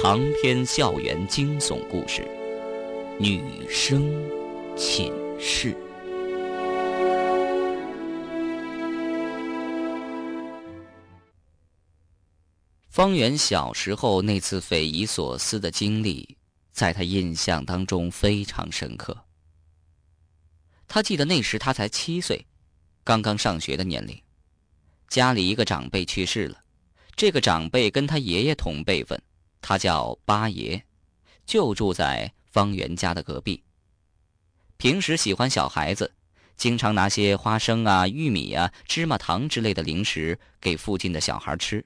长篇校园惊悚故事，女生寝室。方圆小时候那次匪夷所思的经历，在他印象当中非常深刻。他记得那时他才7岁，刚刚上学的年龄。家里一个长辈去世了，这个长辈跟他爷爷同辈分，他叫八爷，就住在方圆家的隔壁。平时喜欢小孩子，经常拿些花生啊、玉米啊、芝麻糖之类的零食给附近的小孩吃。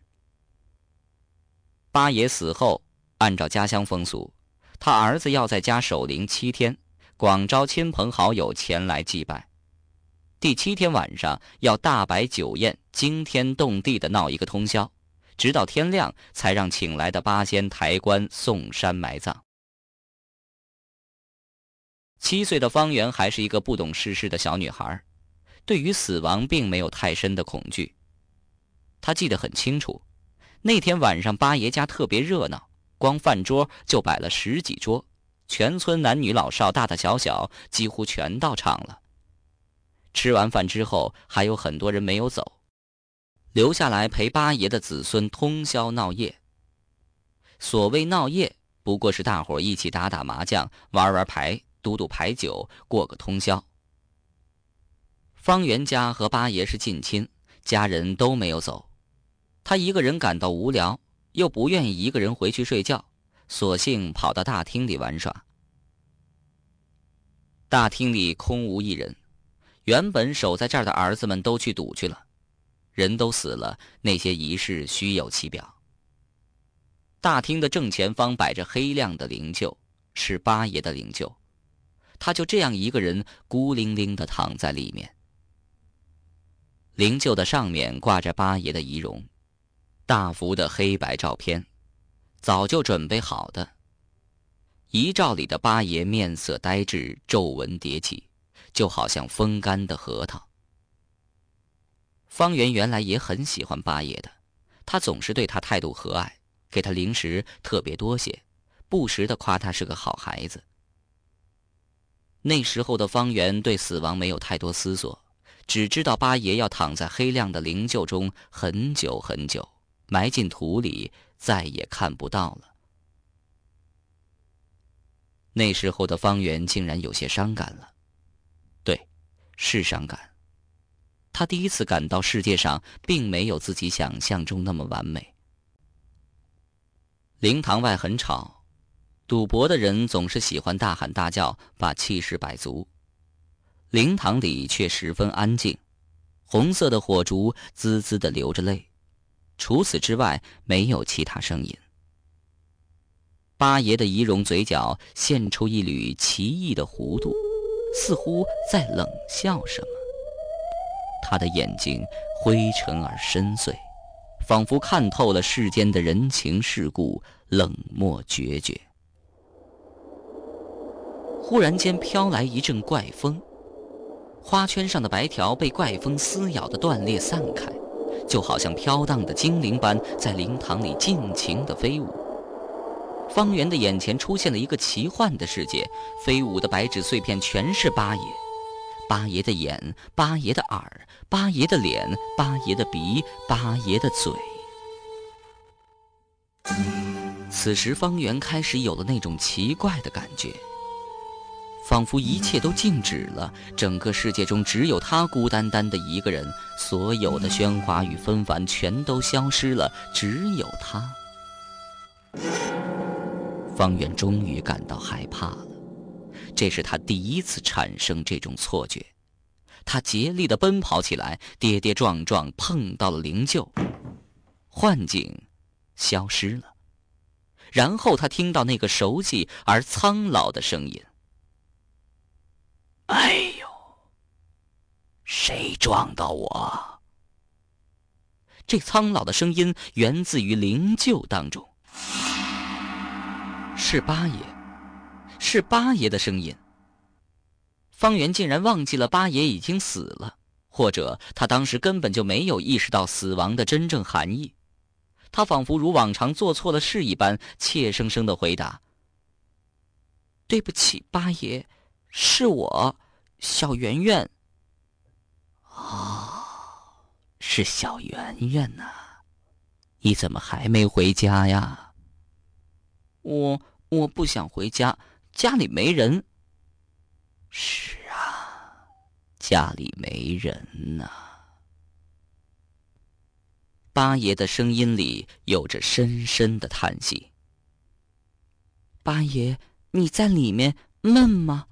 八爷死后，按照家乡风俗，他儿子要在家守灵7天，广招亲朋好友前来祭拜。第7天晚上要大摆酒宴，惊天动地的闹一个通宵，直到天亮才让请来的八仙抬棺送山埋葬。7岁的方圆还是一个不懂世事的小女孩，对于死亡并没有太深的恐惧。她记得很清楚，那天晚上八爷家特别热闹，光饭桌就摆了10几桌，全村男女老少大大小小几乎全到场了。吃完饭之后，还有很多人没有走，留下来陪八爷的子孙通宵闹夜。所谓闹夜，不过是大伙一起打打麻将、玩玩牌、赌赌牌九，过个通宵。方圆家和八爷是近亲，家人都没有走。他一个人感到无聊，又不愿意一个人回去睡觉，索性跑到大厅里玩耍。大厅里空无一人，原本守在这儿的儿子们都去赌去了，人都死了，那些仪式虚有其表。大厅的正前方摆着黑亮的灵柩，是八爷的灵柩，他就这样一个人孤零零地躺在里面。灵柩的上面挂着八爷的遗容，大幅的黑白照片，早就准备好的。遗照里的八爷面色呆滞，皱纹叠起，就好像风干的核桃。方圆原来也很喜欢八爷的，他总是对他态度和蔼，给他零食特别多些，不时地夸他是个好孩子。那时候的方圆对死亡没有太多思索，只知道八爷要躺在黑亮的灵柩中很久很久，埋进土里，再也看不到了。那时候的方圆竟然有些伤感了。对，是伤感。他第一次感到世界上并没有自己想象中那么完美。灵堂外很吵，赌博的人总是喜欢大喊大叫，把气势摆足。灵堂里却十分安静，红色的火烛滋滋地流着泪，除此之外没有其他声音。八爷的遗容嘴角现出一缕奇异的弧度，似乎在冷笑什么。他的眼睛灰沉而深邃，仿佛看透了世间的人情世故，冷漠决绝。忽然间飘来一阵怪风，花圈上的白条被怪风撕咬的断裂散开，就好像飘荡的精灵般在灵堂里尽情地飞舞。方圆的眼前出现了一个奇幻的世界，飞舞的白纸碎片全是八爷，八爷的眼，八爷的耳，八爷的脸，八爷的鼻，八爷的嘴。此时方圆开始有了那种奇怪的感觉，仿佛一切都静止了，整个世界中只有他孤单单的一个人，所有的喧哗与纷繁全都消失了，只有他。方圆终于感到害怕了，这是他第一次产生这种错觉。他竭力地奔跑起来，跌跌撞撞碰到了灵柩，幻境消失了。然后他听到那个熟悉而苍老的声音：“哎呦，谁撞到我？”这苍老的声音源自于灵柩当中。是八爷，是八爷的声音。方圆竟然忘记了八爷已经死了，或者他当时根本就没有意识到死亡的真正含义。 他仿佛如往常做错了事一般，怯生生地回答：“对不起，八爷，是我，小圆圆。”哦，是小圆圆呐，你怎么还没回家呀？我不想回家，家里没人。是啊，家里没人呐。八爷的声音里有着深深的叹息。八爷，你在里面闷吗？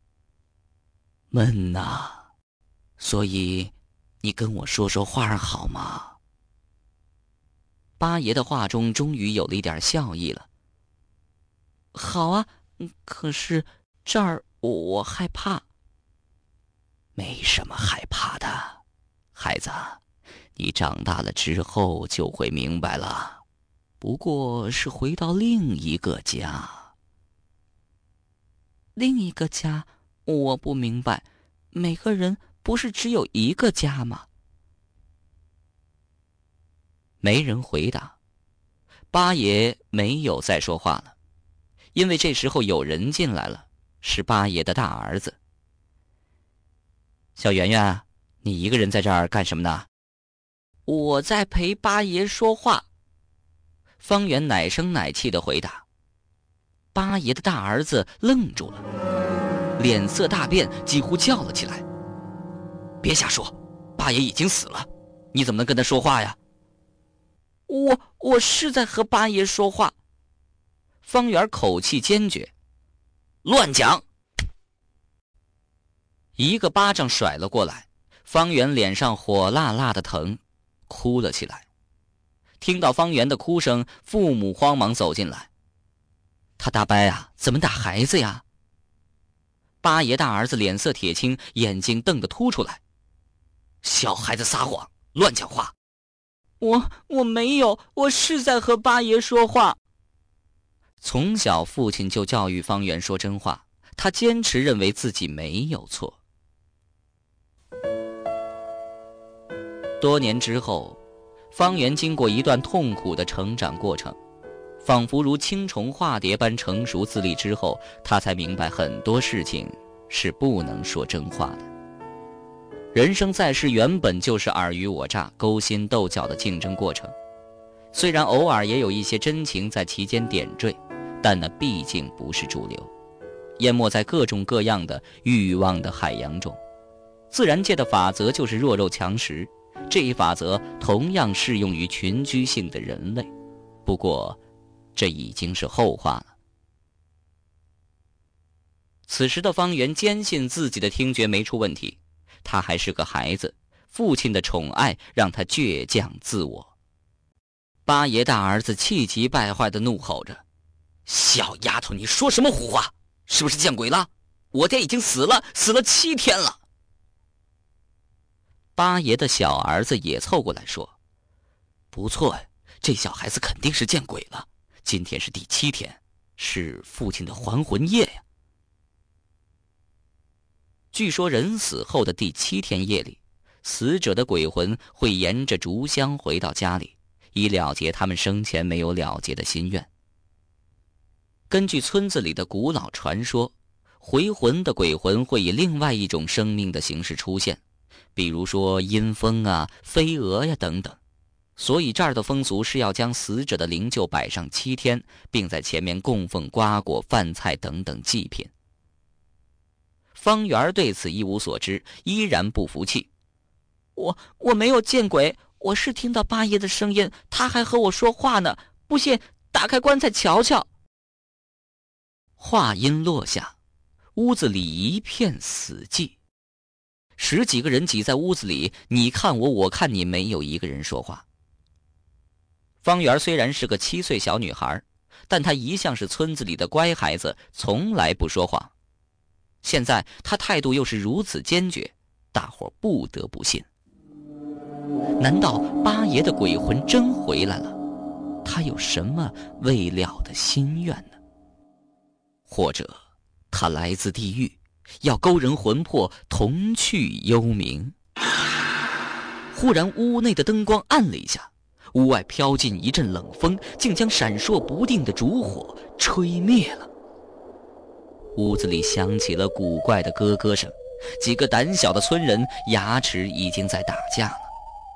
闷呐，所以你跟我说说话好吗？八爷的话中终于有了一点笑意了。好啊，可是这儿我害怕。没什么害怕的，孩子，你长大了之后就会明白了，不过是回到另一个家。另一个家？我不明白，每个人不是只有一个家吗？没人回答，八爷没有再说话了，因为这时候有人进来了，是八爷的大儿子。小圆圆，你一个人在这儿干什么呢？我在陪八爷说话。方圆奶声奶气地回答。八爷的大儿子愣住了，脸色大变，几乎叫了起来：别瞎说，八爷已经死了，你怎么能跟他说话呀？我是在和八爷说话。方圆口气坚决。乱讲！一个巴掌甩了过来，方圆脸上火辣辣的疼，哭了起来。听到方圆的哭声，父母慌忙走进来。他大伯啊，怎么打孩子呀？八爷大儿子脸色铁青，眼睛瞪得凸出来。小孩子撒谎，乱讲话。我没有，我是在和八爷说话。从小父亲就教育方圆说真话，他坚持认为自己没有错。多年之后，方圆经过一段痛苦的成长过程，仿佛如青虫化蝶般成熟自立之后，他才明白很多事情是不能说真话的。人生在世原本就是尔虞我诈、勾心斗角的竞争过程，虽然偶尔也有一些真情在其间点缀，但那毕竟不是主流，淹没在各种各样的欲望的海洋中。自然界的法则就是弱肉强食，这一法则同样适用于群居性的人类，不过这已经是后话了。此时的方圆坚信自己的听觉没出问题，他还是个孩子，父亲的宠爱让他倔强自我。八爷大儿子气急败坏地怒吼着：小丫头，你说什么胡话？是不是见鬼了？我爹已经死了7天了。八爷的小儿子也凑过来说：不错，这小孩子肯定是见鬼了，今天是第7天，是父亲的还魂夜呀。据说人死后的第7天夜里，死者的鬼魂会沿着烛香回到家里，以了结他们生前没有了结的心愿。根据村子里的古老传说，回魂的鬼魂会以另外一种生命的形式出现，比如说阴风啊、飞蛾呀等等。所以这儿的风俗是要将死者的灵柩摆上7天，并在前面供奉瓜果、饭菜等等祭品。方圆对此一无所知，依然不服气。我没有见鬼，我是听到八爷的声音，他还和我说话呢，不信打开棺材瞧瞧。话音落下，屋子里一片死寂，10几个人挤在屋子里，你看我，我看你，没有一个人说话。方圆虽然是个7岁小女孩，但她一向是村子里的乖孩子，从来不说谎。现在她态度又是如此坚决，大伙不得不信。难道八爷的鬼魂真回来了？他有什么未了的心愿呢？或者他来自地狱，要勾人魂魄同去幽冥？忽然屋内的灯光暗了一下， 屋外飘进一阵冷风，竟将闪烁不定的烛火吹灭了。屋子里响起了古怪的咯咯声，几个胆小的村人牙齿已经在打架了。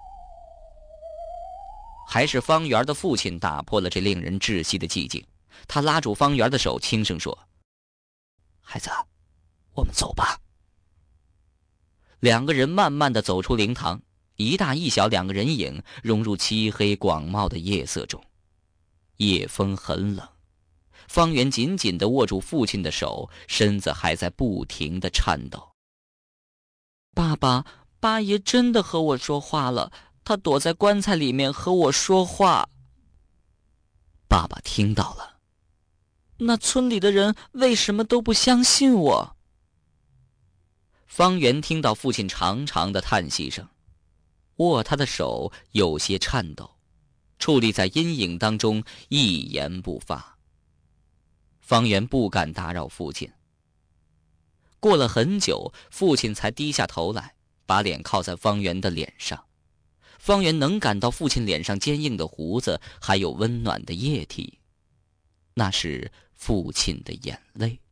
还是方圆的父亲打破了这令人窒息的寂静，他拉住方圆的手，轻声说：“孩子，我们走吧。”两个人慢慢地走出灵堂，一大一小两个人影融入漆黑广袤的夜色中。夜风很冷，方圆紧紧地握住父亲的手，身子还在不停地颤抖。爸爸，八爷真的和我说话了，他躲在棺材里面和我说话。爸爸听到了。那村里的人为什么都不相信我？方圆听到父亲长长的叹息声，握他的手有些颤抖，矗立在阴影当中，一言不发。方圆不敢打扰父亲。过了很久，父亲才低下头来，把脸靠在方圆的脸上。方圆能感到父亲脸上坚硬的胡子，还有温暖的液体，那是父亲的眼泪。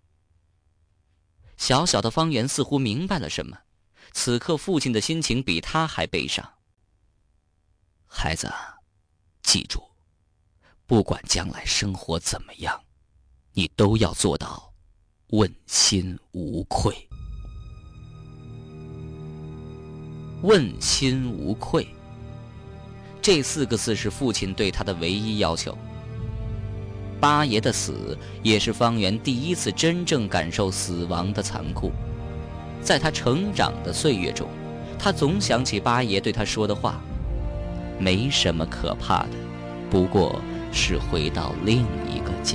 小小的方圆似乎明白了什么，此刻父亲的心情比他还悲伤。孩子，记住，不管将来生活怎么样，你都要做到问心无愧。问心无愧，这4个字是父亲对他的唯一要求。八爷的死也是方圆第一次真正感受死亡的残酷。在他成长的岁月中，他总想起八爷对他说的话：没什么可怕的，不过是回到另一个家。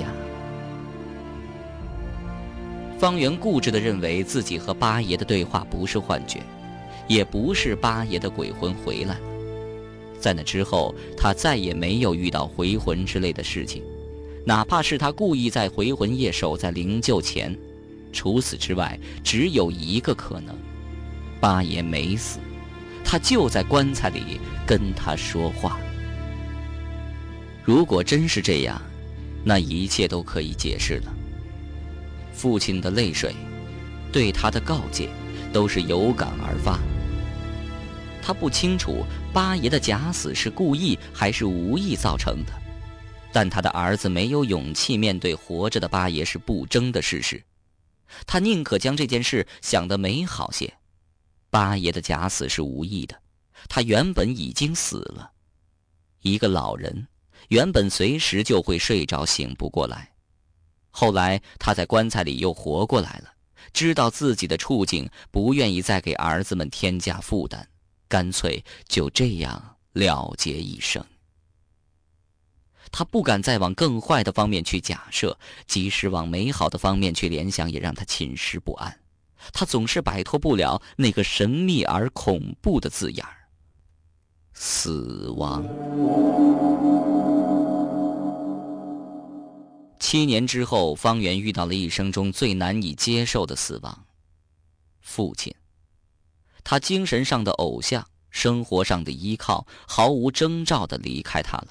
方圆固执地认为自己和八爷的对话不是幻觉，也不是八爷的鬼魂回来了。在那之后，他再也没有遇到回魂之类的事情，哪怕是他故意在回魂夜守在灵柩前。除此之外，只有一个可能：八爷没死，他就在棺材里跟他说话。如果真是这样，那一切都可以解释了。父亲的泪水，对他的告诫，都是有感而发。他不清楚八爷的假死是故意还是无意造成的，但他的儿子没有勇气面对活着的八爷是不争的事实。他宁可将这件事想得美好些。八爷的假死是无意的，他原本已经死了。一个老人原本随时就会睡着醒不过来，后来他在棺材里又活过来了，知道自己的处境，不愿意再给儿子们添加负担，干脆就这样了结一生。他不敢再往更坏的方面去假设，即使往美好的方面去联想，也让他寝食不安。他总是摆脱不了那个神秘而恐怖的字眼儿——死亡。7年之后，方圆遇到了一生中最难以接受的死亡——父亲。他精神上的偶像，生活上的依靠，毫无征兆地离开他了。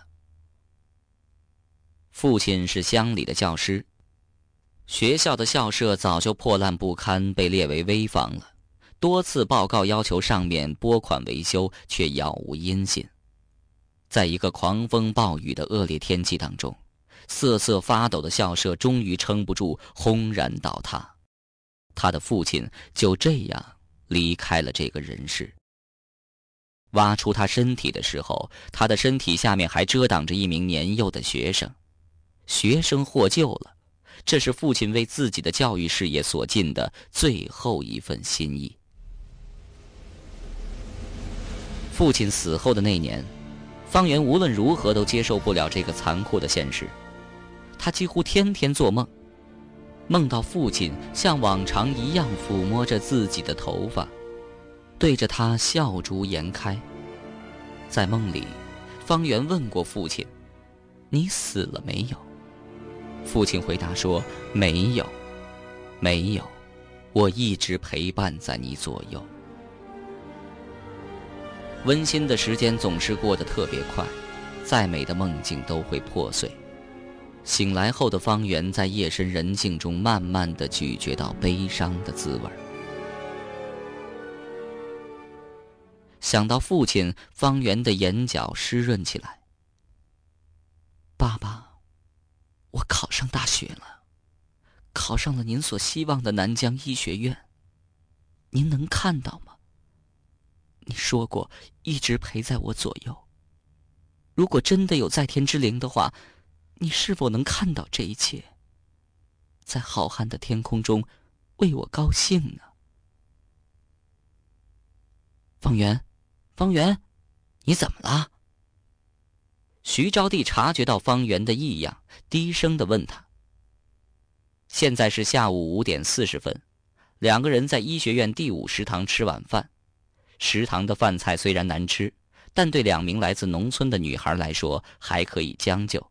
父亲是乡里的教师，学校的校舍早就破烂不堪，被列为危房了。多次报告要求上面拨款维修，却杳无音信。在一个狂风暴雨的恶劣天气当中，瑟瑟发抖的校舍终于撑不住，轰然倒塌。他的父亲就这样离开了这个人世。挖出他身体的时候，他的身体下面还遮挡着一名年幼的学生。学生获救了，这是父亲为自己的教育事业所尽的最后一份心意。父亲死后的那年，方圆无论如何都接受不了这个残酷的现实。他几乎天天做梦，梦到父亲像往常一样抚摸着自己的头发，对着他笑逐颜开。在梦里，方圆问过父亲：“你死了没有？”父亲回答说：“没有，没有，我一直陪伴在你左右。”温馨的时间总是过得特别快， 再美的梦境都会破碎。醒来后的方圆在夜深人静中慢慢地咀嚼到悲伤的滋味。想到父亲，方圆的眼角湿润起来。爸爸，我考上大学了，考上了您所希望的南疆医学院。您能看到吗？你说过一直陪在我左右。如果真的有在天之灵的话，你是否能看到这一切，在浩瀚的天空中为我高兴呢？方圆，方圆，你怎么了？徐招娣察觉到方圆的异样，低声地问他。现在是下午5点40分，两个人在医学院第5食堂吃晚饭。食堂的饭菜虽然难吃，但对2名来自农村的女孩来说还可以将就。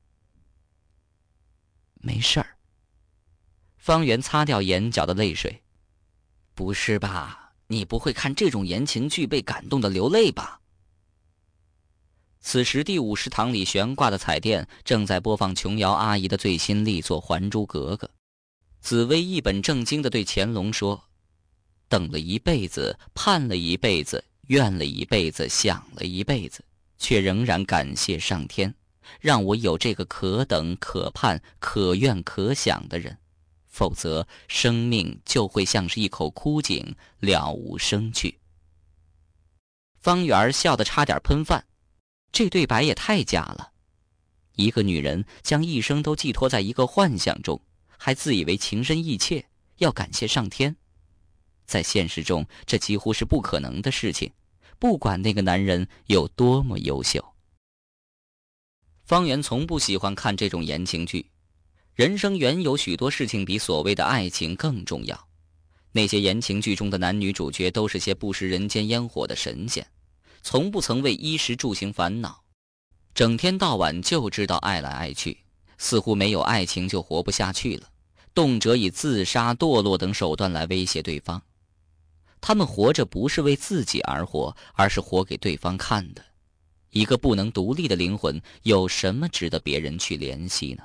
没事儿。方圆擦掉眼角的泪水。不是吧？你不会看这种言情剧被感动的流泪吧？此时第5食堂里悬挂的彩电正在播放琼瑶阿姨的最新力作《还珠格格》。紫薇一本正经地对乾隆说：等了一辈子，盼了一辈子，怨了一辈子，想了一辈子，却仍然感谢上天，让我有这个可等可盼可怨可想的人，否则生命就会像是一口枯井，了无生趣。方圆笑得差点喷饭，这对白也太假了。一个女人将一生都寄托在一个幻想中，还自以为情深意切，要感谢上天。在现实中，这几乎是不可能的事情，不管那个男人有多么优秀。方圆从不喜欢看这种言情剧，人生原有许多事情比所谓的爱情更重要。那些言情剧中的男女主角都是些不食人间烟火的神仙，从不曾为衣食住行烦恼，整天到晚就知道爱来爱去，似乎没有爱情就活不下去了，动辄以自杀、堕落等手段来威胁对方。他们活着不是为自己而活，而是活给对方看的。一个不能独立的灵魂，有什么值得别人去怜惜呢？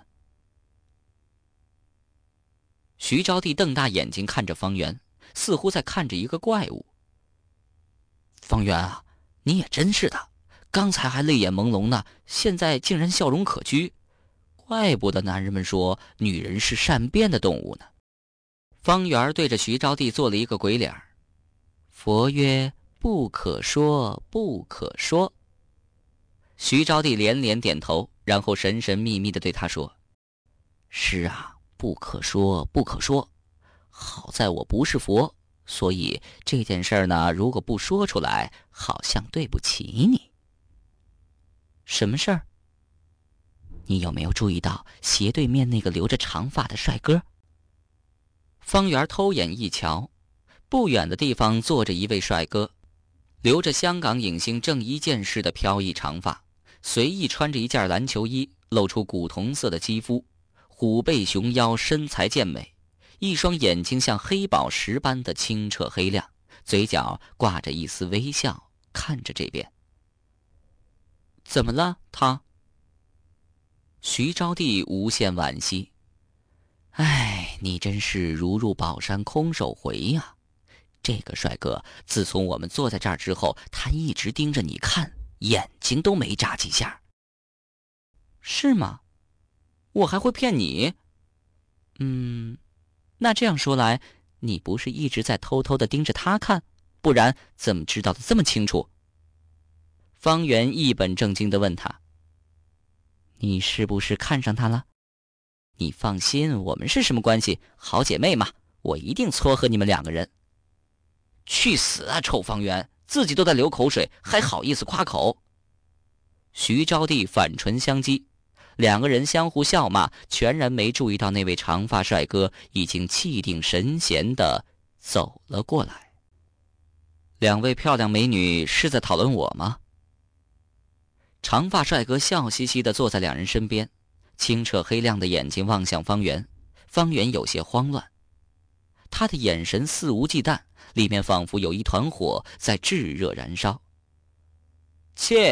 徐招娣瞪大眼睛看着方圆，似乎在看着一个怪物。方圆啊，你也真是的，刚才还泪眼朦胧呢，现在竟然笑容可掬，怪不得男人们说女人是善变的动物呢。方圆对着徐招娣做了一个鬼脸。佛曰：不可说，不可说。徐招娣连连点头，然后神神秘秘地对他说：是啊，不可说，不可说。好在我不是佛，所以这件事呢，如果不说出来，好像对不起你。什么事儿？你有没有注意到斜对面那个留着长发的帅哥？方圆偷眼一瞧，不远的地方坐着一位帅哥，留着香港影星郑伊健式的飘逸长发，随意穿着一件篮球衣，露出古铜色的肌肤，虎背熊腰，身材健美，一双眼睛像黑宝石般的清澈黑亮，嘴角挂着一丝微笑，看着这边。怎么了他？徐招娣无限惋惜。哎，你真是如入宝山空手回呀！这个帅哥自从我们坐在这儿之后，他一直盯着你看，眼睛都没眨几下。是吗？我还会骗你？那这样说来，你不是一直在偷偷地盯着他看，不然怎么知道的这么清楚？方圆一本正经地问他：你是不是看上他了？你放心，我们是什么关系？好姐妹嘛，我一定撮合你们2个人。去死啊，臭方圆，自己都在流口水，还好意思夸口。徐招娣反唇相讥，2个人相互笑骂，全然没注意到那位长发帅哥已经气定神闲地走了过来。2位漂亮美女是在讨论我吗？长发帅哥笑嘻嘻地坐在2人身边，清澈黑亮的眼睛望向方圆，方圆有些慌乱。他的眼神肆无忌惮，里面仿佛有一团火在炙热燃烧。切，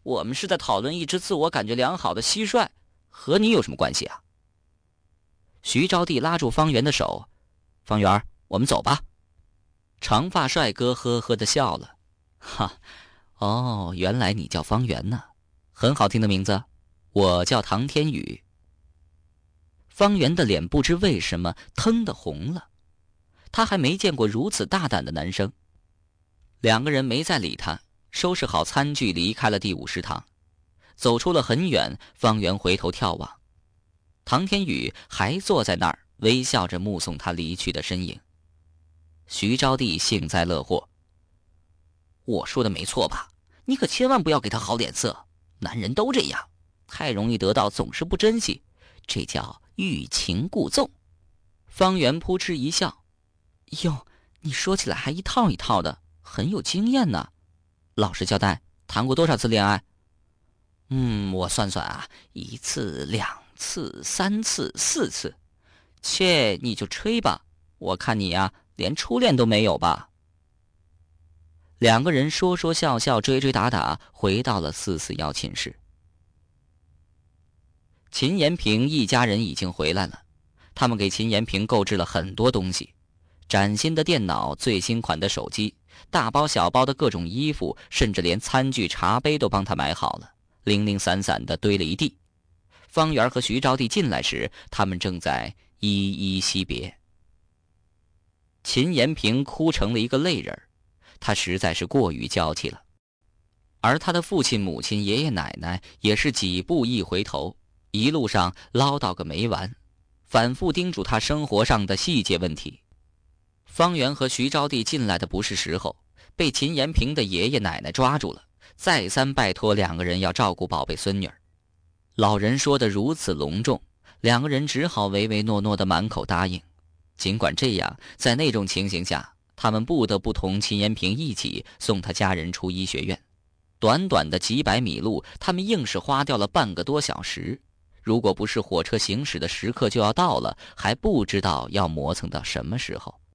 我们是在讨论一只自我感觉良好的蟋蟀，和你有什么关系啊？徐招娣拉住方圆的手，方圆，我们走吧。长发帅哥呵呵地笑了，哈，哦，原来你叫方圆呢，很好听的名字，我叫唐天宇。方圆的脸不知为什么腾地红了，他还没见过如此大胆的男生。两个人没再理他，收拾好餐具离开了第5食堂。走出了很远，方圆回头眺望，唐天宇还坐在那儿微笑着目送他离去的身影。徐招娣幸灾乐祸，我说的没错吧？你可千万不要给他好脸色，男人都这样，太容易得到总是不珍惜，这叫欲擒故纵。方圆扑哧一笑，哟，你说起来还一套一套的，很有经验呢。老实交代，谈过多少次恋爱？我算算啊，1次、2次、3次、4次。切，你就吹吧，我看你呀，连初恋都没有吧。两个人说说笑笑，追追打打，回到了441寝室。秦延平一家人已经回来了，他们给秦延平购置了很多东西，崭新的电脑、最新款的手机、大包小包的各种衣服，甚至连餐具茶杯都帮他买好了，零零散散地堆了一地。方圆和徐招娣进来时，他们正在依依惜别。秦延平哭成了一个泪人，他实在是过于娇气了。而他的父亲、母亲、爷爷奶奶也是几步一回头，一路上唠叨个没完，反复叮嘱他生活上的细节问题。方圆和徐招娣进来的不是时候，被秦延平的爷爷奶奶抓住了，再三拜托两个人要照顾宝贝孙女儿。老人说得如此隆重，两个人只好唯唯诺诺的满口答应。尽管这样，在那种情形下，他们不得不同秦延平一起送他家人出医学院。短短的几百米路，他们硬是花掉了半个多小时。如果不是火车行驶的时刻就要到了，还不知道要磨蹭到什么时候。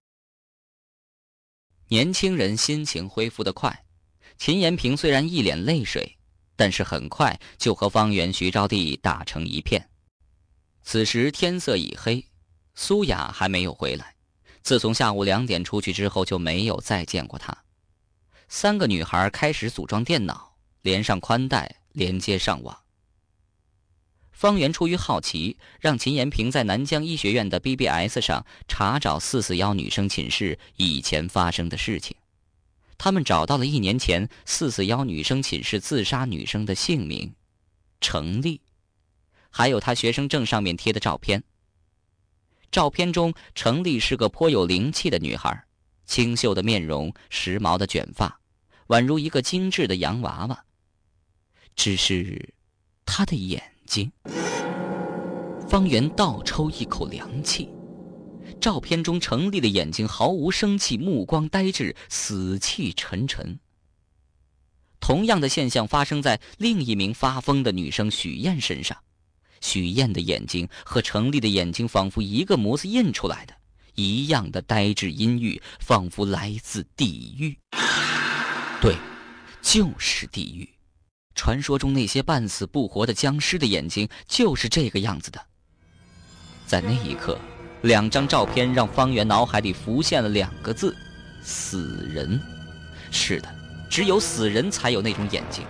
年轻人心情恢复得快，秦延平虽然一脸泪水，但是很快就和方圆、徐招娣打成一片。此时天色已黑，苏雅还没有回来，自从下午2点出去之后就没有再见过她。3个女孩开始组装电脑，连上宽带，连接上网。方圆出于好奇，让秦延平在南江医学院的 BBS 上查找441女生寝室以前发生的事情。他们找到了1年前441女生寝室自杀女生的姓名程丽，还有她学生证上面贴的照片。照片中程丽是个颇有灵气的女孩，清秀的面容，时髦的卷发，宛如一个精致的洋娃娃。只是她的眼睛。方圆倒抽一口凉气，照片中程丽的眼睛毫无生气，目光呆滞，死气沉沉。同样的现象发生在另一名发疯的女生许燕身上，许燕的眼睛和程丽的眼睛仿佛一个模子印出来的，一样的呆滞阴郁，仿佛来自地狱。对，就是地狱。传说中那些半死不活的僵尸的眼睛就是这个样子的。在那一刻，2张照片让方圆脑海里浮现了2个字：死人。是的，只有死人才有那种眼睛。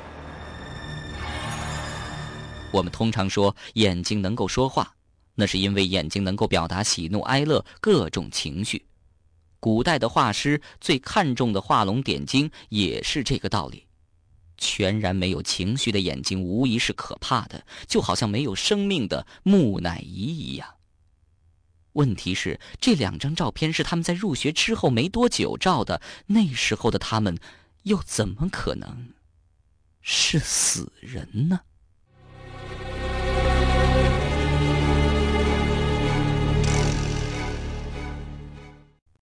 我们通常说眼睛能够说话，那是因为眼睛能够表达喜怒哀乐各种情绪。古代的画师最看重的画龙点睛也是这个道理。全然没有情绪的眼睛无疑是可怕的，就好像没有生命的木乃伊一样。问题是，这2张照片是他们在入学之后没多久照的，那时候的他们又怎么可能是死人呢？